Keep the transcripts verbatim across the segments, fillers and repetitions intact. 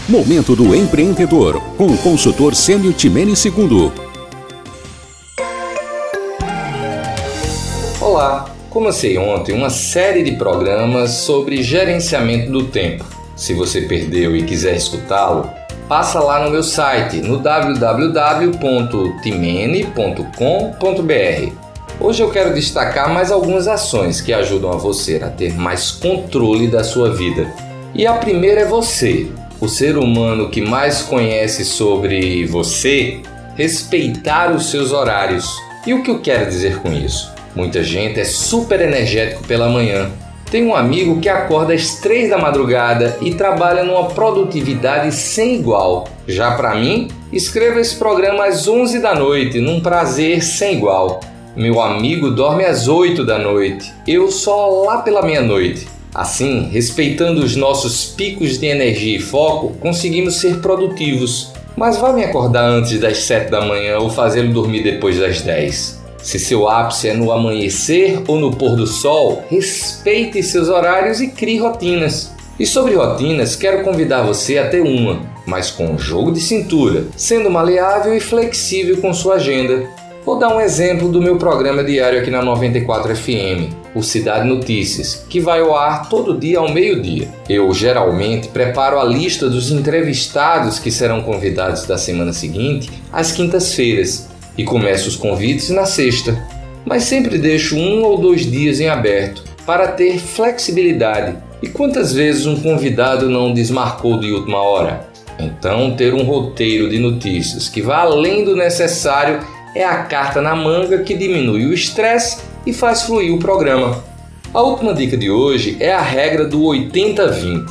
Momento do Empreendedor, com o consultor Cênio Timene segundo. Olá, comecei ontem uma série de programas sobre gerenciamento do tempo. Se você perdeu e quiser escutá-lo, passa lá no meu site, no w w w ponto timene ponto com ponto b r. Hoje eu quero destacar mais algumas ações que ajudam a você a ter mais controle da sua vida. E a primeira é você, o ser humano que mais conhece sobre você, respeitar os seus horários. E o que eu quero dizer com isso? Muita gente é super energético pela manhã. Tem um amigo que acorda às três da madrugada e trabalha numa produtividade sem igual. Já para mim, escrevo esse programa às onze da noite, num prazer sem igual. Meu amigo dorme às oito da noite, eu só lá pela meia-noite. Assim, respeitando os nossos picos de energia e foco, conseguimos ser produtivos. Mas vá me acordar antes das sete da manhã ou fazê-lo dormir depois das dez. Se seu ápice é no amanhecer ou no pôr do sol, respeite seus horários e crie rotinas. E sobre rotinas, quero convidar você a ter uma, mas com um jogo de cintura, sendo maleável e flexível com sua agenda. Vou dar um exemplo do meu programa diário aqui na noventa e quatro F M, o Cidade Notícias, que vai ao ar todo dia ao meio-dia. Eu geralmente preparo a lista dos entrevistados que serão convidados da semana seguinte às quintas-feiras e começo os convites na sexta, mas sempre deixo um ou dois dias em aberto para ter flexibilidade. E quantas vezes um convidado não desmarcou de última hora? Então, ter um roteiro de notícias que vá além do necessário é a carta na manga que diminui o estresse e faz fluir o programa. A última dica de hoje é a regra do oitenta vinte.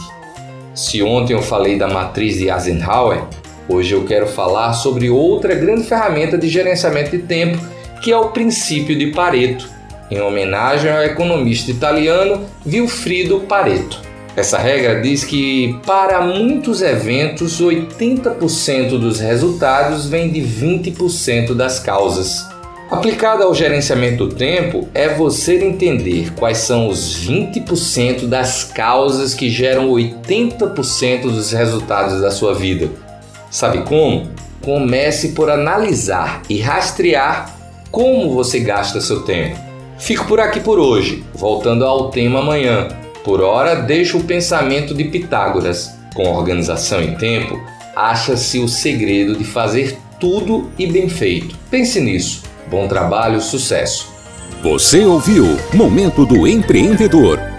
Se ontem eu falei da matriz de Eisenhower, hoje eu quero falar sobre outra grande ferramenta de gerenciamento de tempo, que é o princípio de Pareto, em homenagem ao economista italiano Vilfredo Pareto. Essa regra diz que, para muitos eventos, oitenta por cento dos resultados vem de vinte por cento das causas. Aplicada ao gerenciamento do tempo, é você entender quais são os vinte por cento das causas que geram oitenta por cento dos resultados da sua vida. Sabe como? Comece por analisar e rastrear como você gasta seu tempo. Fico por aqui por hoje, voltando ao tema amanhã. Por hora, deixo o pensamento de Pitágoras. Com organização e tempo, acha-se o segredo de fazer tudo e bem feito. Pense nisso. Bom trabalho, sucesso. Você ouviu Momento do Empreendedor.